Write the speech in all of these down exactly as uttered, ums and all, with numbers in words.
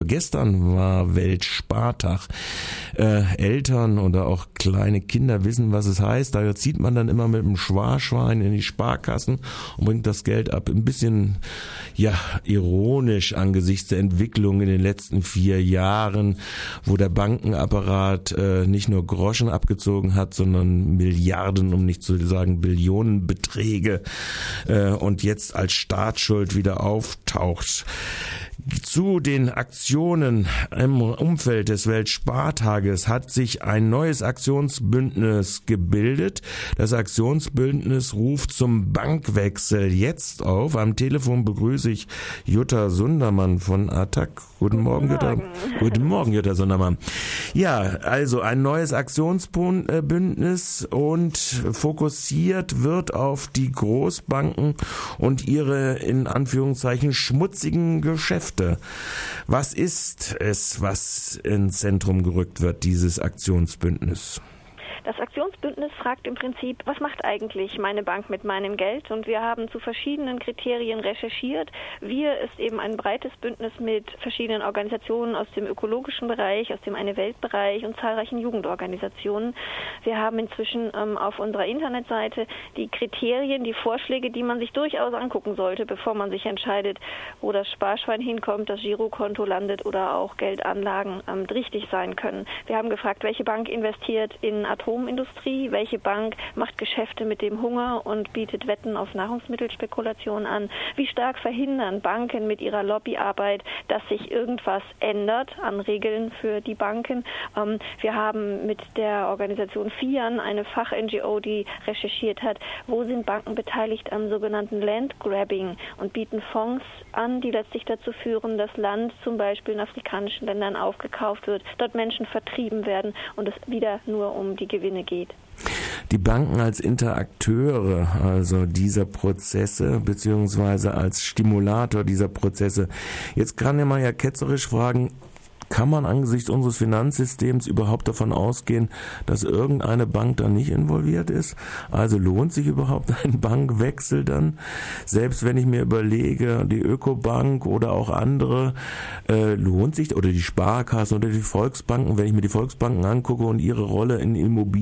Gestern war Weltspartag. Äh, Eltern oder auch kleine Kinder wissen, was es heißt. Da zieht man dann immer mit dem Sparschwein in die Sparkassen und bringt das Geld ab. Ein bisschen, ja, ironisch angesichts der Entwicklung in den letzten vier Jahren, wo der Bankenapparat äh, nicht nur Groschen abgezogen hat, sondern Milliarden, um nicht zu sagen Billionenbeträge äh, und jetzt als Staatsschuld wieder auftaucht. Zu den Aktionen im Umfeld des Weltspartages hat sich ein neues Aktionsbündnis gebildet. Das Aktionsbündnis ruft zum Bankwechsel jetzt auf. Am Telefon begrüße ich Jutta Sundermann von Attac. Guten, Guten Morgen, Jutta. Guten Morgen, Jutta Sundermann. Ja, also ein neues Aktionsbündnis und fokussiert wird auf die Großbanken und ihre in Anführungszeichen schmutzigen Geschäfte. Was ist es, was ins Zentrum gerückt wird, dieses Aktionsbündnis? Das Aktionsbündnis fragt im Prinzip, was macht eigentlich meine Bank mit meinem Geld? Und wir haben zu verschiedenen Kriterien recherchiert. Wir ist eben ein breites Bündnis mit verschiedenen Organisationen aus dem ökologischen Bereich, aus dem Eine-Welt-Bereich und zahlreichen Jugendorganisationen. Wir haben inzwischen ähm, auf unserer Internetseite die Kriterien, die Vorschläge, die man sich durchaus angucken sollte, bevor man sich entscheidet, wo das Sparschwein hinkommt, das Girokonto landet oder auch Geldanlagen ähm, richtig sein können. Wir haben gefragt, welche Bank investiert in Atom Industrie, welche Bank macht Geschäfte mit dem Hunger und bietet Wetten auf Nahrungsmittelspekulation an? Wie stark verhindern Banken mit ihrer Lobbyarbeit, dass sich irgendwas ändert an Regeln für die Banken? Ähm, wir haben mit der Organisation FIAN, eine Fach-N G O, die recherchiert hat, wo sind Banken beteiligt am sogenannten Landgrabbing und bieten Fonds an, die letztlich dazu führen, dass Land zum Beispiel in afrikanischen Ländern aufgekauft wird, dort Menschen vertrieben werden und es wieder nur um die Gewinne geht. Die Banken als Interakteure, also dieser Prozesse, beziehungsweise als Stimulator dieser Prozesse. Jetzt kann man ja ketzerisch fragen, kann man angesichts unseres Finanzsystems überhaupt davon ausgehen, dass irgendeine Bank da nicht involviert ist? Also lohnt sich überhaupt ein Bankwechsel dann? Selbst wenn ich mir überlege, die Ökobank oder auch andere, äh, lohnt sich, oder die Sparkassen oder die Volksbanken, wenn ich mir die Volksbanken angucke und ihre Rolle in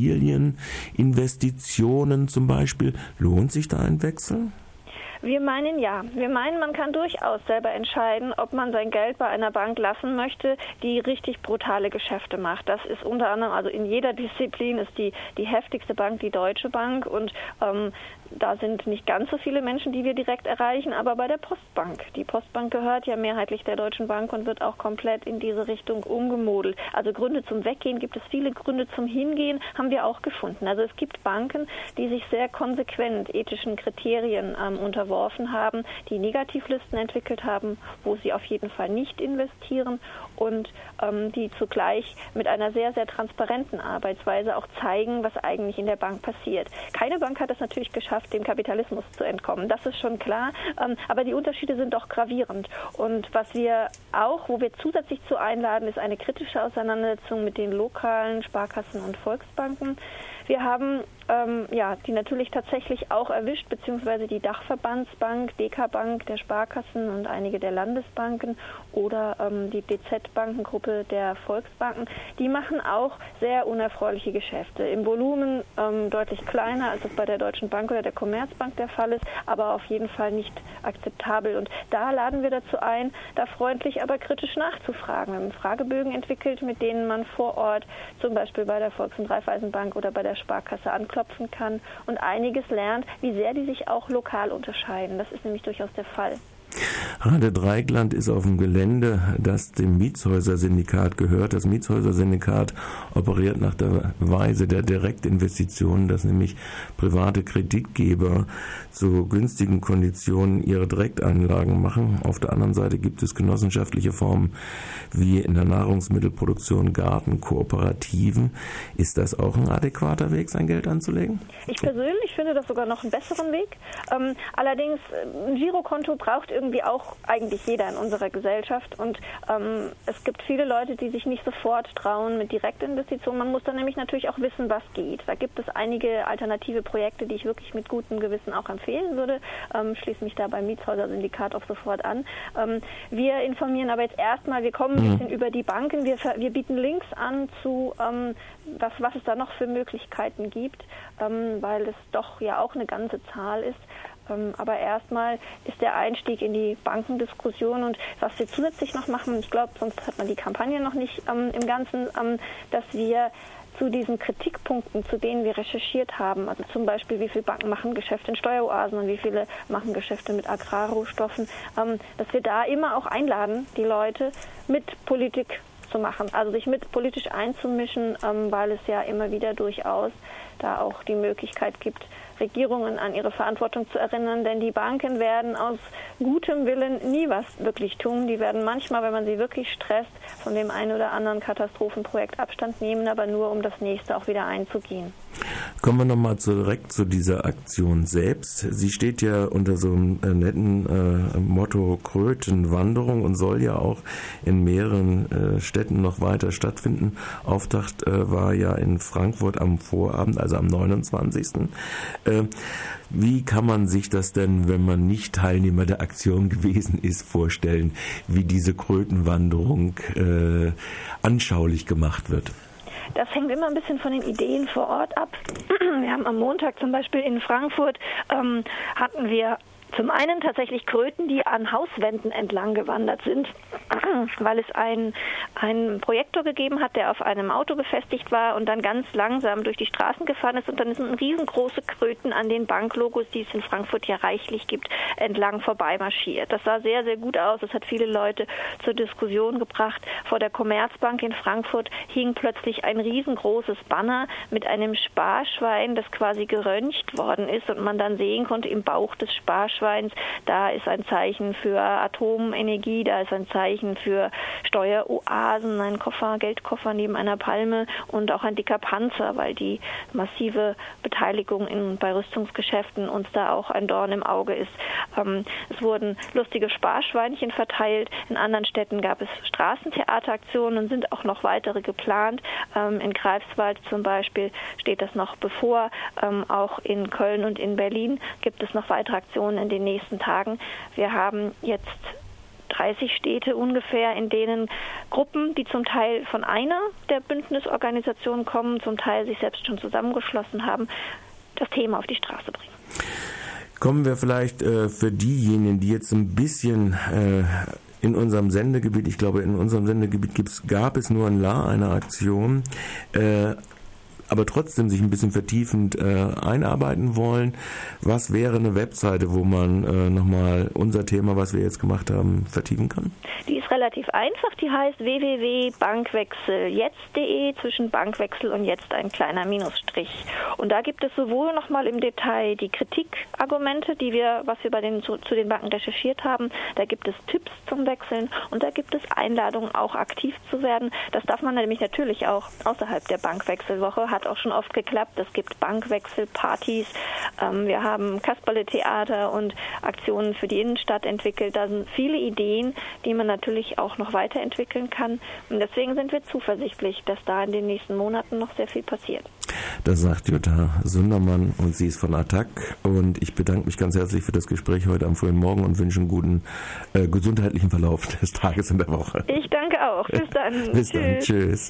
Immobilieninvestitionen zum Beispiel, lohnt sich da ein Wechsel? Wir meinen ja. Wir meinen, man kann durchaus selber entscheiden, ob man sein Geld bei einer Bank lassen möchte, die richtig brutale Geschäfte macht. Das ist unter anderem, also in jeder Disziplin ist die, die heftigste Bank die Deutsche Bank und ähm, da sind nicht ganz so viele Menschen, die wir direkt erreichen, aber bei der Postbank. Die Postbank gehört ja mehrheitlich der Deutschen Bank und wird auch komplett in diese Richtung umgemodelt. Also Gründe zum Weggehen gibt es viele, Gründe zum Hingehen haben wir auch gefunden. Also es gibt Banken, die sich sehr konsequent ethischen Kriterien ähm, unterworfen haben, die Negativlisten entwickelt haben, wo sie auf jeden Fall nicht investieren und ähm, die zugleich mit einer sehr, sehr transparenten Arbeitsweise auch zeigen, was eigentlich in der Bank passiert. Keine Bank hat es natürlich geschafft, dem Kapitalismus zu entkommen. Das ist schon klar, ähm, aber die Unterschiede sind doch gravierend. Und was wir auch, wo wir zusätzlich zu einladen, ist eine kritische Auseinandersetzung mit den lokalen Sparkassen und Volksbanken. Wir haben ähm, ja, die natürlich tatsächlich auch erwischt, beziehungsweise die Dachverbandsbank, D K Bank der Sparkassen und einige der Landesbanken oder ähm, die D Z-Bankengruppe der Volksbanken, die machen auch sehr unerfreuliche Geschäfte. Im Volumen ähm, deutlich kleiner, als es bei der Deutschen Bank oder der Commerzbank der Fall ist, aber auf jeden Fall nicht akzeptabel. Und da laden wir dazu ein, da freundlich, aber kritisch nachzufragen. Wir haben Fragebögen entwickelt, mit denen man vor Ort zum Beispiel bei der Volks- und Raiffeisenbank oder bei der Sparkasse anklopfen kann und einiges lernt, wie sehr die sich auch lokal unterscheiden. Das ist nämlich durchaus der Fall. Rade Dreieckland ist auf dem Gelände, das dem Mietshäuser-Syndikat gehört. Das Mietshäuser-Syndikat operiert nach der Weise der Direktinvestitionen, dass nämlich private Kreditgeber zu günstigen Konditionen ihre Direktanlagen machen. Auf der anderen Seite gibt es genossenschaftliche Formen wie in der Nahrungsmittelproduktion, Gartenkooperativen. Ist das auch ein adäquater Weg, sein Geld anzulegen? Ich persönlich finde das sogar noch einen besseren Weg. Ähm, allerdings, ein Girokonto braucht irgendwie auch auch eigentlich jeder in unserer Gesellschaft. Und ähm, es gibt viele Leute, die sich nicht sofort trauen mit Direktinvestitionen. Man muss dann nämlich natürlich auch wissen, was geht. Da gibt es einige alternative Projekte, die ich wirklich mit gutem Gewissen auch empfehlen würde. Ähm, schließe mich da beim Mietshäuser-Syndikat auch sofort an. Ähm, wir informieren aber jetzt erstmal, wir kommen ein bisschen über die Banken. Wir, wir bieten Links an zu, ähm, was, was es da noch für Möglichkeiten gibt, ähm, weil es doch ja auch eine ganze Zahl ist. Ähm, aber erstmal ist der Einstieg in die Bankendiskussion und was wir zusätzlich noch machen, ich glaube, sonst hat man die Kampagne noch nicht ähm, im Ganzen, ähm, dass wir zu diesen Kritikpunkten, zu denen wir recherchiert haben, also zum Beispiel, wie viele Banken machen Geschäfte in Steueroasen und wie viele machen Geschäfte mit Agrarrohstoffen, ähm, dass wir da immer auch einladen, die Leute mit Politik zu machen, also sich mit politisch einzumischen, ähm, weil es ja immer wieder durchaus da auch die Möglichkeit gibt, Regierungen an ihre Verantwortung zu erinnern, denn die Banken werden aus gutem Willen nie was wirklich tun. Die werden manchmal, wenn man sie wirklich stresst, von dem einen oder anderen Katastrophenprojekt Abstand nehmen, aber nur, um das nächste auch wieder einzugehen. Kommen wir nochmal direkt zu dieser Aktion selbst. Sie steht ja unter so einem äh, netten äh, Motto Krötenwanderung und soll ja auch in mehreren äh, Städten noch weiter stattfinden. Auftakt äh, war ja in Frankfurt am Vorabend, also am neunundzwanzigsten Äh, wie kann man sich das denn, wenn man nicht Teilnehmer der Aktion gewesen ist, vorstellen, wie diese Krötenwanderung äh, anschaulich gemacht wird? Das hängt immer ein bisschen von den Ideen vor Ort ab. Wir haben am Montag zum Beispiel in Frankfurt, ähm, hatten wir zum einen tatsächlich Kröten, die an Hauswänden entlang gewandert sind, weil es einen, einen Projektor gegeben hat, der auf einem Auto befestigt war und dann ganz langsam durch die Straßen gefahren ist und dann sind riesengroße Kröten an den Banklogos, die es in Frankfurt ja reichlich gibt, entlang vorbei marschiert. Das sah sehr, sehr gut aus. Das hat viele Leute zur Diskussion gebracht. Vor der Commerzbank in Frankfurt hing plötzlich ein riesengroßes Banner mit einem Sparschwein, das quasi geröntgt worden ist und man dann sehen konnte im Bauch des Sparschweins, da ist ein Zeichen für Atomenergie, da ist ein Zeichen für Steueroasen, ein Koffer, Geldkoffer neben einer Palme und auch ein dicker Panzer, weil die massive Beteiligung in, bei Rüstungsgeschäften uns da auch ein Dorn im Auge ist. Ähm, es wurden lustige Sparschweinchen verteilt, in anderen Städten gab es Straßentheateraktionen und sind auch noch weitere geplant. Ähm, in Greifswald zum Beispiel steht das noch bevor, ähm, auch in Köln und in Berlin gibt es noch weitere Aktionen in den nächsten Tagen. Wir haben jetzt dreißig Städte ungefähr, in denen Gruppen, die zum Teil von einer der Bündnisorganisationen kommen, zum Teil sich selbst schon zusammengeschlossen haben, das Thema auf die Straße bringen. Kommen wir vielleicht äh, für diejenigen, die jetzt ein bisschen äh, in unserem Sendegebiet, ich glaube in unserem Sendegebiet gibt's, gab es nur ein La einer Aktion, äh, aber trotzdem sich ein bisschen vertiefend äh, einarbeiten wollen. Was wäre eine Webseite, wo man äh, nochmal unser Thema, was wir jetzt gemacht haben, vertiefen kann? Die ist relativ einfach. Die heißt w w w punkt bankwechseljetzt punkt de, zwischen Bankwechsel und jetzt ein kleiner Minusstrich. Und da gibt es sowohl nochmal im Detail die Kritikargumente, die wir, was wir bei den, zu, zu den Banken recherchiert haben. Da gibt es Tipps zum Wechseln und da gibt es Einladungen, auch aktiv zu werden. Das darf man nämlich natürlich auch außerhalb der Bankwechselwoche. Hat auch schon oft geklappt. Es gibt Bankwechselpartys. Ähm, wir haben Kasperle-Theater und Aktionen für die Innenstadt entwickelt. Da sind viele Ideen, die man natürlich auch noch weiterentwickeln kann. Und deswegen sind wir zuversichtlich, dass da in den nächsten Monaten noch sehr viel passiert. Das sagt Jutta Sundermann und sie ist von Attac. Und ich bedanke mich ganz herzlich für das Gespräch heute am frühen Morgen und wünsche einen guten äh, gesundheitlichen Verlauf des Tages in der Woche. Ich danke auch. Bis dann. Bis dann. Tschüss.